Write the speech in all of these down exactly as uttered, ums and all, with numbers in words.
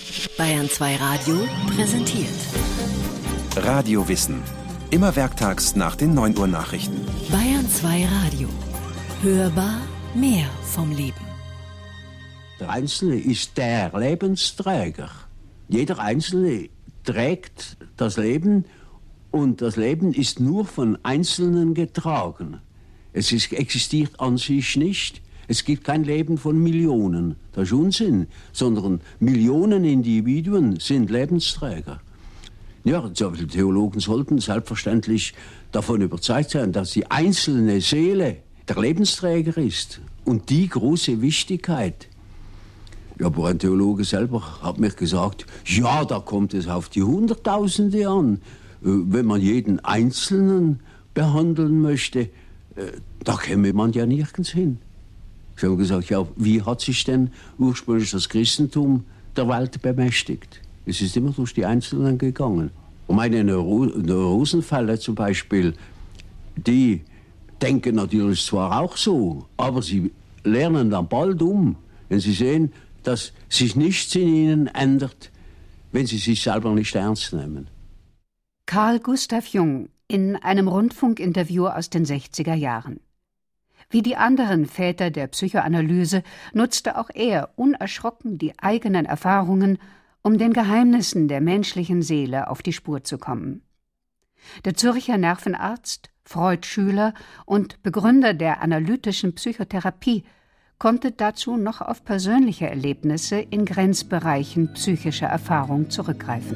Bayern zwei Radio präsentiert Radiowissen. Immer werktags nach den neun Uhr Nachrichten. Bayern zwei Radio. Hörbar mehr vom Leben. Der Einzelne ist der Lebensträger. Jeder Einzelne trägt das Leben und das Leben ist nur von Einzelnen getragen. Es ist, existiert an sich nicht. Es gibt kein Leben von Millionen. Das ist Unsinn. Sondern Millionen Individuen sind Lebensträger. Ja, die Theologen sollten selbstverständlich davon überzeugt sein, dass die einzelne Seele der Lebensträger ist. Und die große Wichtigkeit. Ja, aber ein Theologe selber hat mir gesagt, ja, da kommt es auf die Hunderttausende an. Wenn man jeden Einzelnen behandeln möchte, da käme man ja nirgends hin. Ich habe gesagt, ja, wie hat sich denn ursprünglich das Christentum der Welt bemächtigt? Es ist immer durch die Einzelnen gegangen. Und meine Neuro Neurosenfälle zum Beispiel, die denken natürlich zwar auch so, aber sie lernen dann bald um, wenn sie sehen, dass sich nichts in ihnen ändert, wenn sie sich selber nicht ernst nehmen. Carl Gustav Jung in einem Rundfunkinterview aus den sechziger Jahren. Wie die anderen Väter der Psychoanalyse nutzte auch er unerschrocken die eigenen Erfahrungen, um den Geheimnissen der menschlichen Seele auf die Spur zu kommen. Der Zürcher Nervenarzt, Freud-Schüler und Begründer der analytischen Psychotherapie konnte dazu noch auf persönliche Erlebnisse in Grenzbereichen psychischer Erfahrung zurückgreifen.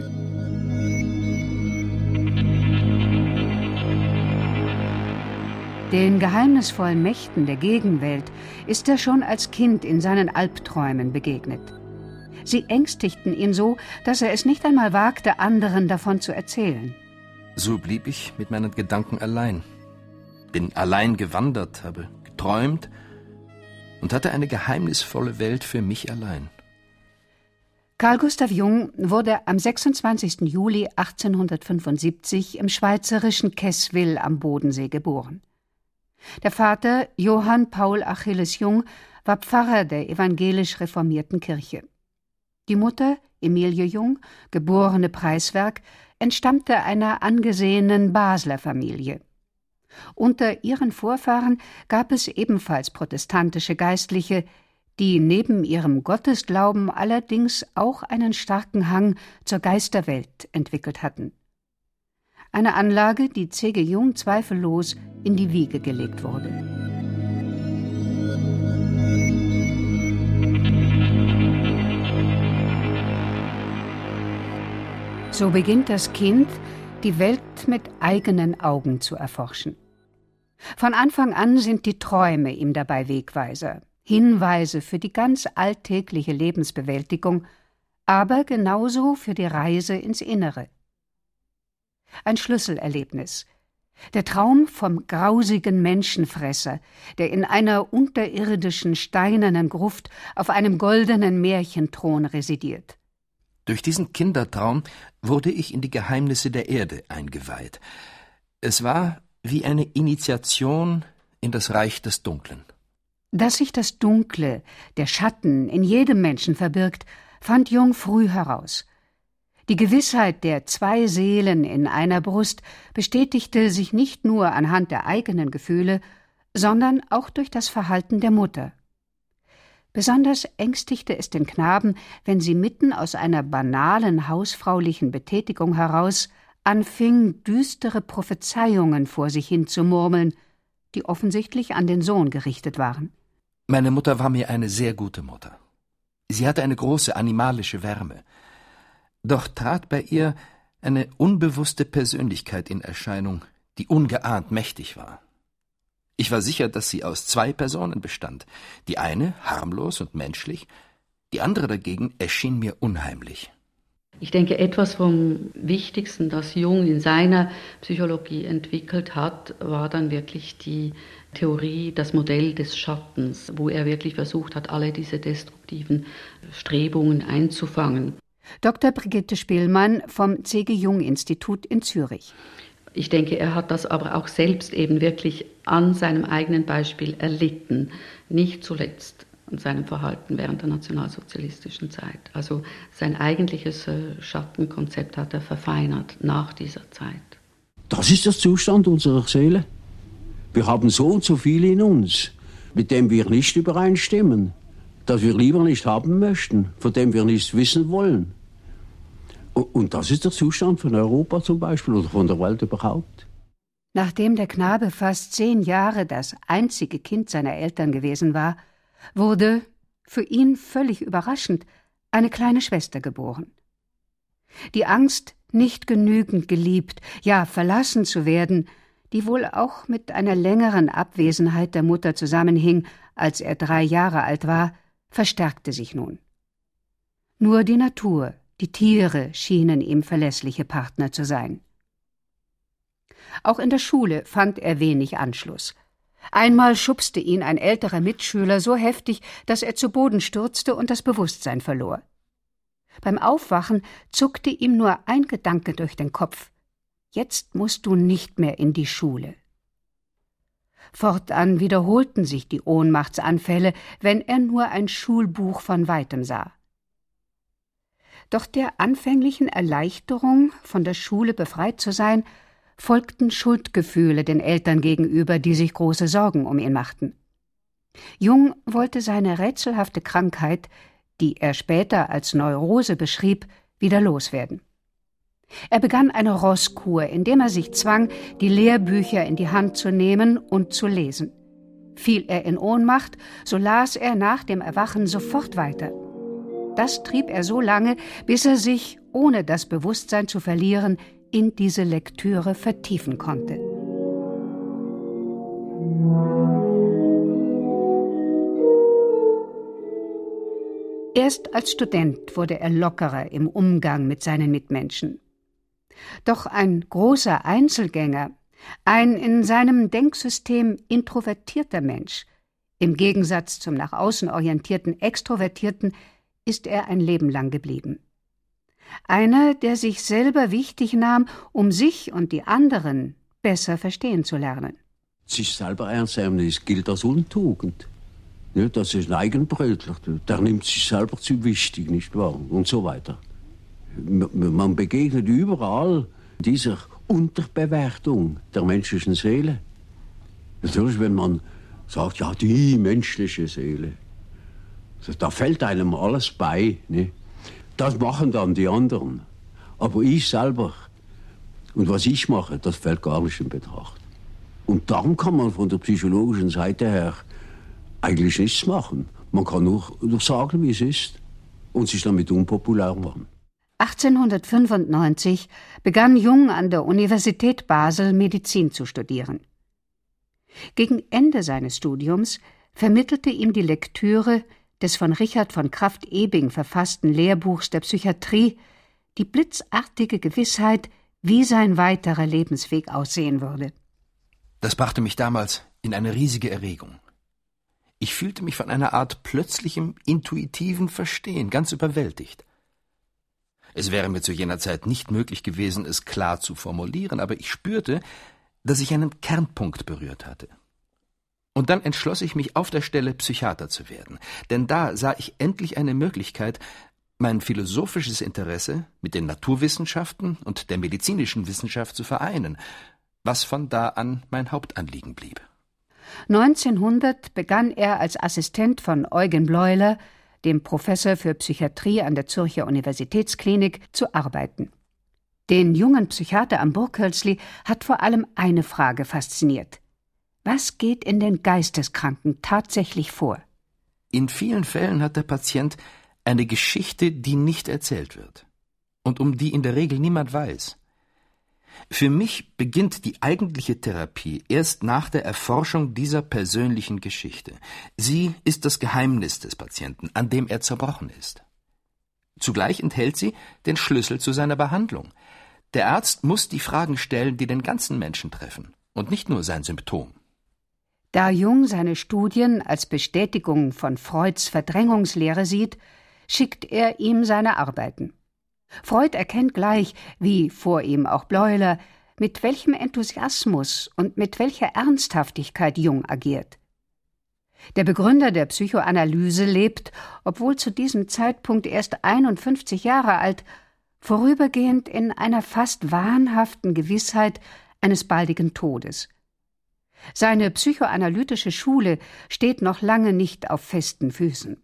Den geheimnisvollen Mächten der Gegenwelt ist er schon als Kind in seinen Albträumen begegnet. Sie ängstigten ihn so, dass er es nicht einmal wagte, anderen davon zu erzählen. So blieb ich mit meinen Gedanken allein. Bin allein gewandert, habe geträumt und hatte eine geheimnisvolle Welt für mich allein. Carl Gustav Jung wurde am sechsundzwanzigsten Juli achtzehnhundertfünfundsiebzig im schweizerischen Kesswil am Bodensee geboren. Der Vater, Johann Paul Achilles Jung, war Pfarrer der evangelisch-reformierten Kirche. Die Mutter, Emilie Jung, geborene Preiswerk, entstammte einer angesehenen Basler Familie. Unter ihren Vorfahren gab es ebenfalls protestantische Geistliche, die neben ihrem Gottesglauben allerdings auch einen starken Hang zur Geisterwelt entwickelt hatten. Eine Anlage, die C G Jung zweifellos in die Wiege gelegt wurde. So beginnt das Kind, die Welt mit eigenen Augen zu erforschen. Von Anfang an sind die Träume ihm dabei Wegweiser, Hinweise für die ganz alltägliche Lebensbewältigung, aber genauso für die Reise ins Innere. Ein Schlüsselerlebnis. Der Traum vom grausigen Menschenfresser, der in einer unterirdischen steinernen Gruft auf einem goldenen Märchenthron residiert. Durch diesen Kindertraum wurde ich in die Geheimnisse der Erde eingeweiht. Es war wie eine Initiation in das Reich des Dunklen. Dass sich das Dunkle, der Schatten in jedem Menschen verbirgt, fand Jung früh heraus. Die Gewissheit der zwei Seelen in einer Brust bestätigte sich nicht nur anhand der eigenen Gefühle, sondern auch durch das Verhalten der Mutter. Besonders ängstigte es den Knaben, wenn sie mitten aus einer banalen hausfraulichen Betätigung heraus anfing, düstere Prophezeiungen vor sich hin zu murmeln, die offensichtlich an den Sohn gerichtet waren. Meine Mutter war mir eine sehr gute Mutter. Sie hatte eine große animalische Wärme. Doch trat bei ihr eine unbewusste Persönlichkeit in Erscheinung, die ungeahnt mächtig war. Ich war sicher, dass sie aus zwei Personen bestand. Die eine, harmlos und menschlich, die andere dagegen erschien mir unheimlich. Ich denke, etwas vom Wichtigsten, das Jung in seiner Psychologie entwickelt hat, war dann wirklich die Theorie, das Modell des Schattens, wo er wirklich versucht hat, alle diese destruktiven Strebungen einzufangen. Doktor Brigitte Spielmann vom C G Jung Institut in Zürich. Ich denke, er hat das aber auch selbst eben wirklich an seinem eigenen Beispiel erlitten. Nicht zuletzt und seinem Verhalten während der nationalsozialistischen Zeit. Also sein eigentliches Schattenkonzept hat er verfeinert nach dieser Zeit. Das ist der Zustand unserer Seele. Wir haben so und so viel in uns, mit dem wir nicht übereinstimmen, das wir lieber nicht haben möchten, von dem wir nichts wissen wollen. Und das ist der Zustand von Europa zum Beispiel oder von der Welt überhaupt. Nachdem der Knabe fast zehn Jahre das einzige Kind seiner Eltern gewesen war, wurde, für ihn völlig überraschend, eine kleine Schwester geboren. Die Angst, nicht genügend geliebt, ja verlassen zu werden, die wohl auch mit einer längeren Abwesenheit der Mutter zusammenhing, als er drei Jahre alt war, verstärkte sich nun. Nur die Natur, die Tiere schienen ihm verlässliche Partner zu sein. Auch in der Schule fand er wenig Anschluss. Einmal schubste ihn ein älterer Mitschüler so heftig, dass er zu Boden stürzte und das Bewusstsein verlor. Beim Aufwachen zuckte ihm nur ein Gedanke durch den Kopf: Jetzt musst du nicht mehr in die Schule. Fortan wiederholten sich die Ohnmachtsanfälle, wenn er nur ein Schulbuch von weitem sah. Doch der anfänglichen Erleichterung, von der Schule befreit zu sein, folgten Schuldgefühle den Eltern gegenüber, die sich große Sorgen um ihn machten. Jung wollte seine rätselhafte Krankheit, die er später als Neurose beschrieb, wieder loswerden. Er begann eine Rosskur, indem er sich zwang, die Lehrbücher in die Hand zu nehmen und zu lesen. Fiel er in Ohnmacht, so las er nach dem Erwachen sofort weiter. Das trieb er so lange, bis er sich, ohne das Bewusstsein zu verlieren, in diese Lektüre vertiefen konnte. Erst als Student wurde er lockerer im Umgang mit seinen Mitmenschen. Doch ein großer Einzelgänger, ein in seinem Denksystem introvertierter Mensch, im Gegensatz zum nach außen orientierten Extrovertierten, ist er ein Leben lang geblieben. Einer, der sich selber wichtig nahm, um sich und die anderen besser verstehen zu lernen. Sich selber ernst nehmen, das gilt als Untugend. Ja, das ist ein Eigenbrötler, der nimmt sich selber zu wichtig, nicht wahr? Und so weiter. Man begegnet überall dieser Unterbewertung der menschlichen Seele. Natürlich, wenn man sagt, ja, die menschliche Seele, da fällt einem alles bei. Ne? Das machen dann die anderen. Aber ich selber und was ich mache, das fällt gar nicht in Betracht. Und darum kann man von der psychologischen Seite her eigentlich nichts machen. Man kann nur, nur sagen, wie es ist und sich damit unpopulär machen. achtzehnhundertfünfundneunzig begann Jung an der Universität Basel Medizin zu studieren. Gegen Ende seines Studiums vermittelte ihm die Lektüre des von Richard von Krafft-Ebing verfassten Lehrbuchs der Psychiatrie die blitzartige Gewissheit, wie sein weiterer Lebensweg aussehen würde. Das brachte mich damals in eine riesige Erregung. Ich fühlte mich von einer Art plötzlichem, intuitiven Verstehen ganz überwältigt. Es wäre mir zu jener Zeit nicht möglich gewesen, es klar zu formulieren, aber ich spürte, dass ich einen Kernpunkt berührt hatte. Und dann entschloss ich mich, auf der Stelle Psychiater zu werden, denn da sah ich endlich eine Möglichkeit, mein philosophisches Interesse mit den Naturwissenschaften und der medizinischen Wissenschaft zu vereinen, was von da an mein Hauptanliegen blieb. neunzehnhundert begann er als Assistent von Eugen Bleuler, dem Professor für Psychiatrie an der Zürcher Universitätsklinik, zu arbeiten. Den jungen Psychiater am Burghölzli hat vor allem eine Frage fasziniert: Was geht in den Geisteskranken tatsächlich vor? In vielen Fällen hat der Patient eine Geschichte, die nicht erzählt wird und um die in der Regel niemand weiß. Für mich beginnt die eigentliche Therapie erst nach der Erforschung dieser persönlichen Geschichte. Sie ist das Geheimnis des Patienten, an dem er zerbrochen ist. Zugleich enthält sie den Schlüssel zu seiner Behandlung. Der Arzt muss die Fragen stellen, die den ganzen Menschen treffen und nicht nur sein Symptom. Da Jung seine Studien als Bestätigung von Freuds Verdrängungslehre sieht, schickt er ihm seine Arbeiten. Freud erkennt gleich, wie vor ihm auch Bleuler, mit welchem Enthusiasmus und mit welcher Ernsthaftigkeit Jung agiert. Der Begründer der Psychoanalyse lebt, obwohl zu diesem Zeitpunkt erst einundfünfzig Jahre alt, vorübergehend in einer fast wahnhaften Gewissheit eines baldigen Todes. Seine psychoanalytische Schule steht noch lange nicht auf festen Füßen.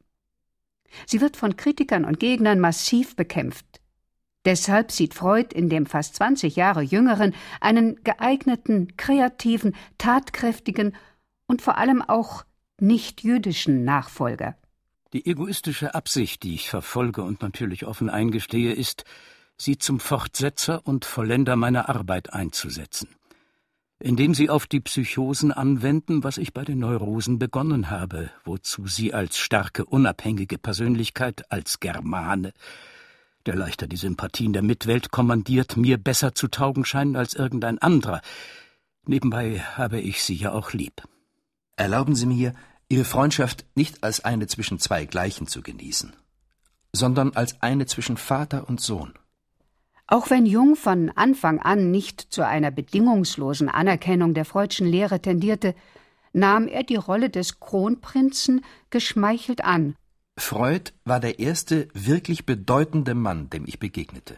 Sie wird von Kritikern und Gegnern massiv bekämpft. Deshalb sieht Freud in dem fast zwanzig Jahre jüngeren einen geeigneten, kreativen, tatkräftigen und vor allem auch nicht-jüdischen Nachfolger. Die egoistische Absicht, die ich verfolge und natürlich offen eingestehe, ist, sie zum Fortsetzer und Vollender meiner Arbeit einzusetzen. Indem sie auf die Psychosen anwenden, was ich bei den Neurosen begonnen habe, wozu sie als starke, unabhängige Persönlichkeit, als Germane, der leichter die Sympathien der Mitwelt kommandiert, mir besser zu taugen scheinen als irgendein anderer. Nebenbei habe ich sie ja auch lieb. Erlauben Sie mir, Ihre Freundschaft nicht als eine zwischen zwei Gleichen zu genießen, sondern als eine zwischen Vater und Sohn. Auch wenn Jung von Anfang an nicht zu einer bedingungslosen Anerkennung der Freudschen Lehre tendierte, nahm er die Rolle des Kronprinzen geschmeichelt an. Freud war der erste wirklich bedeutende Mann, dem ich begegnete.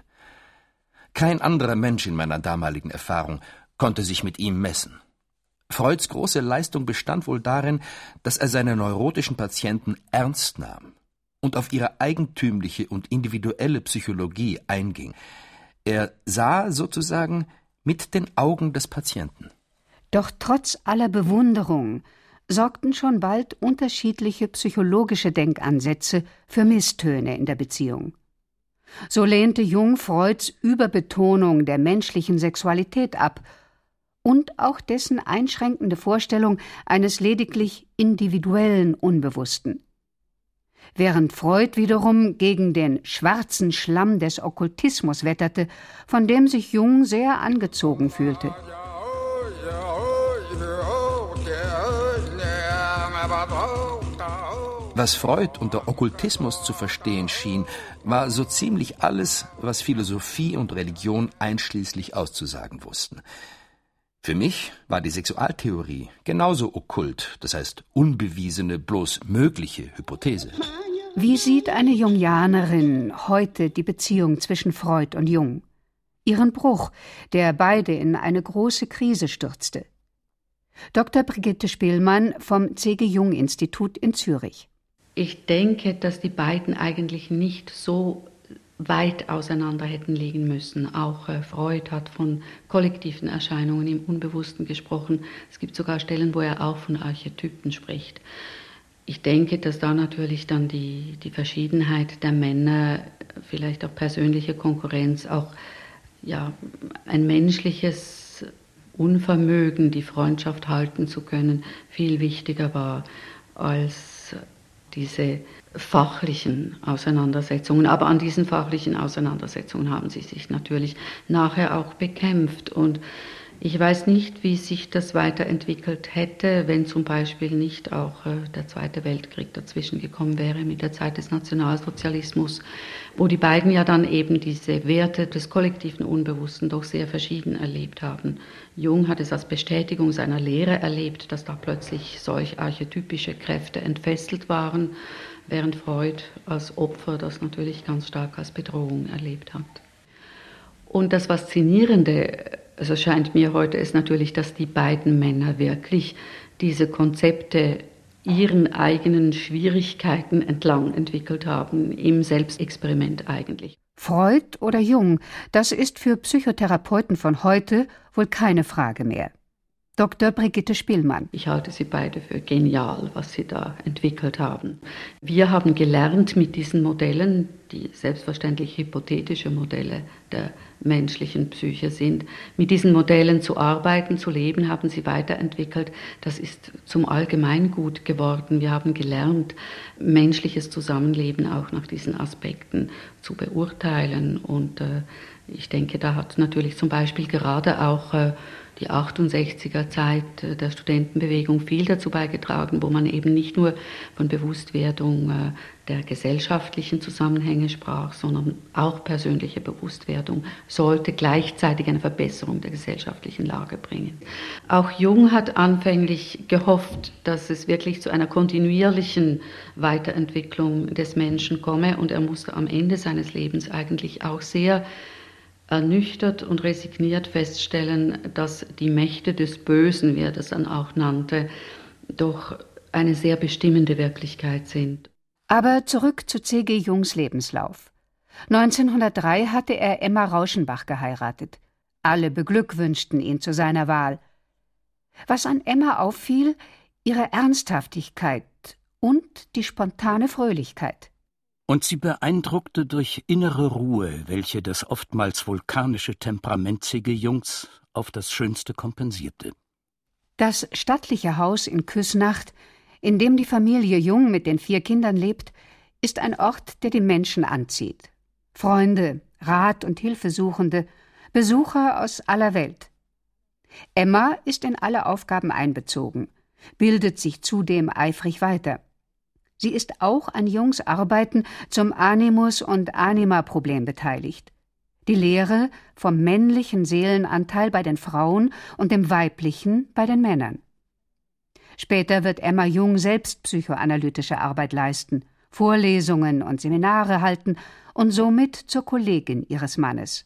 Kein anderer Mensch in meiner damaligen Erfahrung konnte sich mit ihm messen. Freuds große Leistung bestand wohl darin, dass er seine neurotischen Patienten ernst nahm und auf ihre eigentümliche und individuelle Psychologie einging. Er sah sozusagen mit den Augen des Patienten. Doch trotz aller Bewunderung sorgten schon bald unterschiedliche psychologische Denkansätze für Misstöne in der Beziehung. So lehnte Jung Freuds Überbetonung der menschlichen Sexualität ab und auch dessen einschränkende Vorstellung eines lediglich individuellen Unbewussten. Während Freud wiederum gegen den schwarzen Schlamm des Okkultismus wetterte, von dem sich Jung sehr angezogen fühlte. Was Freud unter Okkultismus zu verstehen schien, war so ziemlich alles, was Philosophie und Religion einschließlich auszusagen wussten. Für mich war die Sexualtheorie genauso okkult, das heißt unbewiesene, bloß mögliche Hypothese. Wie sieht eine Jungianerin heute die Beziehung zwischen Freud und Jung? Ihren Bruch, der beide in eine große Krise stürzte. Doktor Brigitte Spielmann vom C G Jung-Institut in Zürich. Ich denke, dass die beiden eigentlich nicht so weit auseinander hätten liegen müssen. Auch äh, Freud hat von kollektiven Erscheinungen im Unbewussten gesprochen. Es gibt sogar Stellen, wo er auch von Archetypen spricht. Ich denke, dass da natürlich dann die, die Verschiedenheit der Männer, vielleicht auch persönliche Konkurrenz, auch ja, ein menschliches Unvermögen, die Freundschaft halten zu können, viel wichtiger war als diese fachlichen Auseinandersetzungen. Aber an diesen fachlichen Auseinandersetzungen haben sie sich natürlich nachher auch bekämpft. Und ich weiß nicht, wie sich das weiterentwickelt hätte, wenn zum Beispiel nicht auch äh, der Zweite Weltkrieg dazwischen gekommen wäre mit der Zeit des Nationalsozialismus, wo die beiden ja dann eben diese Werte des kollektiven Unbewussten doch sehr verschieden erlebt haben. Jung hat es als Bestätigung seiner Lehre erlebt, dass da plötzlich solch archetypische Kräfte entfesselt waren, während Freud als Opfer das natürlich ganz stark als Bedrohung erlebt hat. Und das Faszinierende, also scheint mir heute, ist natürlich, dass die beiden Männer wirklich diese Konzepte ihren eigenen Schwierigkeiten entlang entwickelt haben, im Selbstexperiment eigentlich. Freud oder Jung, das ist für Psychotherapeuten von heute wohl keine Frage mehr. Doktor Brigitte Spielmann. Ich halte sie beide für genial, was sie da entwickelt haben. Wir haben gelernt mit diesen Modellen, die selbstverständlich hypothetische Modelle der menschlichen Psyche sind, mit diesen Modellen zu arbeiten, zu leben, haben sie weiterentwickelt. Das ist zum Allgemeingut geworden. Wir haben gelernt, menschliches Zusammenleben auch nach diesen Aspekten zu beurteilen. Und äh, ich denke, da hat natürlich zum Beispiel gerade auch äh, die achtundsechziger Zeit der Studentenbewegung viel dazu beigetragen, wo man eben nicht nur von Bewusstwerdung der gesellschaftlichen Zusammenhänge sprach, sondern auch persönliche Bewusstwerdung sollte gleichzeitig eine Verbesserung der gesellschaftlichen Lage bringen. Auch Jung hat anfänglich gehofft, dass es wirklich zu einer kontinuierlichen Weiterentwicklung des Menschen komme, und er musste am Ende seines Lebens eigentlich auch sehr ernüchtert und resigniert feststellen, dass die Mächte des Bösen, wie er das dann auch nannte, doch eine sehr bestimmende Wirklichkeit sind. Aber zurück zu C G Jungs Lebenslauf. neunzehnhundertdrei hatte er Emma Rauschenbach geheiratet. Alle beglückwünschten ihn zu seiner Wahl. Was an Emma auffiel, ihre Ernsthaftigkeit und die spontane Fröhlichkeit. Und sie beeindruckte durch innere Ruhe, welche das oftmals vulkanische Temperament C G Jungs auf das Schönste kompensierte. Das stattliche Haus in Küsnacht, in dem die Familie Jung mit den vier Kindern lebt, ist ein Ort, der die Menschen anzieht. Freunde, Rat- und Hilfesuchende, Besucher aus aller Welt. Emma ist in alle Aufgaben einbezogen, bildet sich zudem eifrig weiter. Sie ist auch an Jungs Arbeiten zum Animus- und Anima-Problem beteiligt. Die Lehre vom männlichen Seelenanteil bei den Frauen und dem weiblichen bei den Männern. Später wird Emma Jung selbst psychoanalytische Arbeit leisten, Vorlesungen und Seminare halten und somit zur Kollegin ihres Mannes.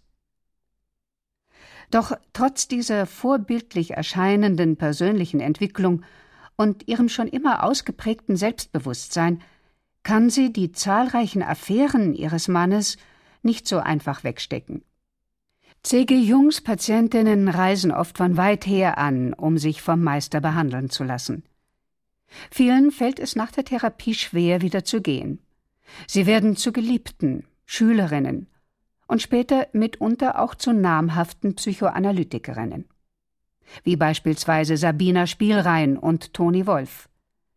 Doch trotz dieser vorbildlich erscheinenden persönlichen Entwicklung und ihrem schon immer ausgeprägten Selbstbewusstsein kann sie die zahlreichen Affären ihres Mannes nicht so einfach wegstecken. C G Jungs Patientinnen reisen oft von weit her an, um sich vom Meister behandeln zu lassen. Vielen fällt es nach der Therapie schwer, wieder zu gehen. Sie werden zu Geliebten, Schülerinnen und später mitunter auch zu namhaften Psychoanalytikerinnen, wie beispielsweise Sabina Spielrein und Toni Wolf.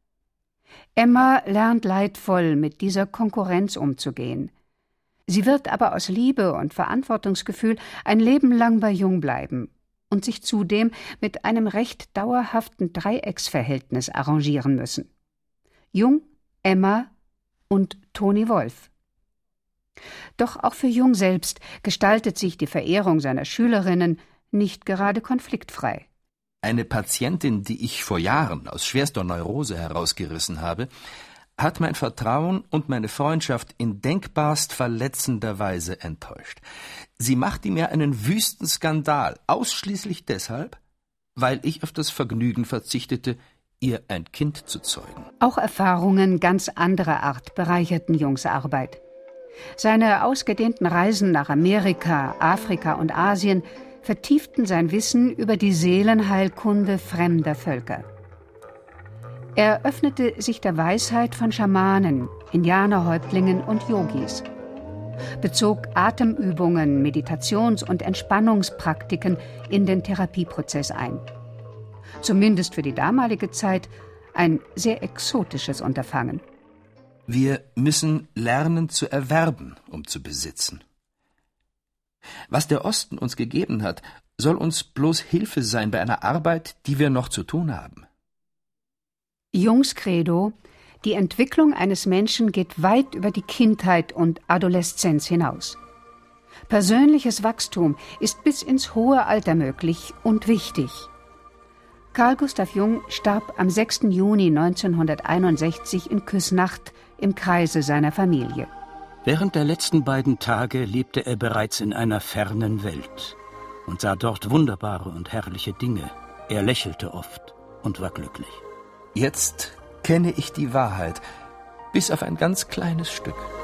Emma lernt leidvoll, mit dieser Konkurrenz umzugehen. Sie wird aber aus Liebe und Verantwortungsgefühl ein Leben lang bei Jung bleiben und sich zudem mit einem recht dauerhaften Dreiecksverhältnis arrangieren müssen. Jung, Emma und Toni Wolf. Doch auch für Jung selbst gestaltet sich die Verehrung seiner Schülerinnen nicht gerade konfliktfrei. Eine Patientin, die ich vor Jahren aus schwerster Neurose herausgerissen habe, hat mein Vertrauen und meine Freundschaft in denkbarst verletzender Weise enttäuscht. Sie machte mir einen wüsten Skandal, ausschließlich deshalb, weil ich auf das Vergnügen verzichtete, ihr ein Kind zu zeugen. Auch Erfahrungen ganz anderer Art bereicherten Jungs Arbeit. Seine ausgedehnten Reisen nach Amerika, Afrika und Asien vertieften sein Wissen über die Seelenheilkunde fremder Völker. Er öffnete sich der Weisheit von Schamanen, Indianerhäuptlingen und Yogis, bezog Atemübungen, Meditations- und Entspannungspraktiken in den Therapieprozess ein. Zumindest für die damalige Zeit ein sehr exotisches Unterfangen. Wir müssen lernen zu erwerben, um zu besitzen. Was der Osten uns gegeben hat, soll uns bloß Hilfe sein bei einer Arbeit, die wir noch zu tun haben. Jungs Credo: Die Entwicklung eines Menschen geht weit über die Kindheit und Adoleszenz hinaus. Persönliches Wachstum ist bis ins hohe Alter möglich und wichtig. Carl Gustav Jung starb am sechsten Juni neunzehnhunderteinundsechzig in Küsnacht im Kreise seiner Familie. Während der letzten beiden Tage lebte er bereits in einer fernen Welt und sah dort wunderbare und herrliche Dinge. Er lächelte oft und war glücklich. Jetzt kenne ich die Wahrheit, bis auf ein ganz kleines Stück.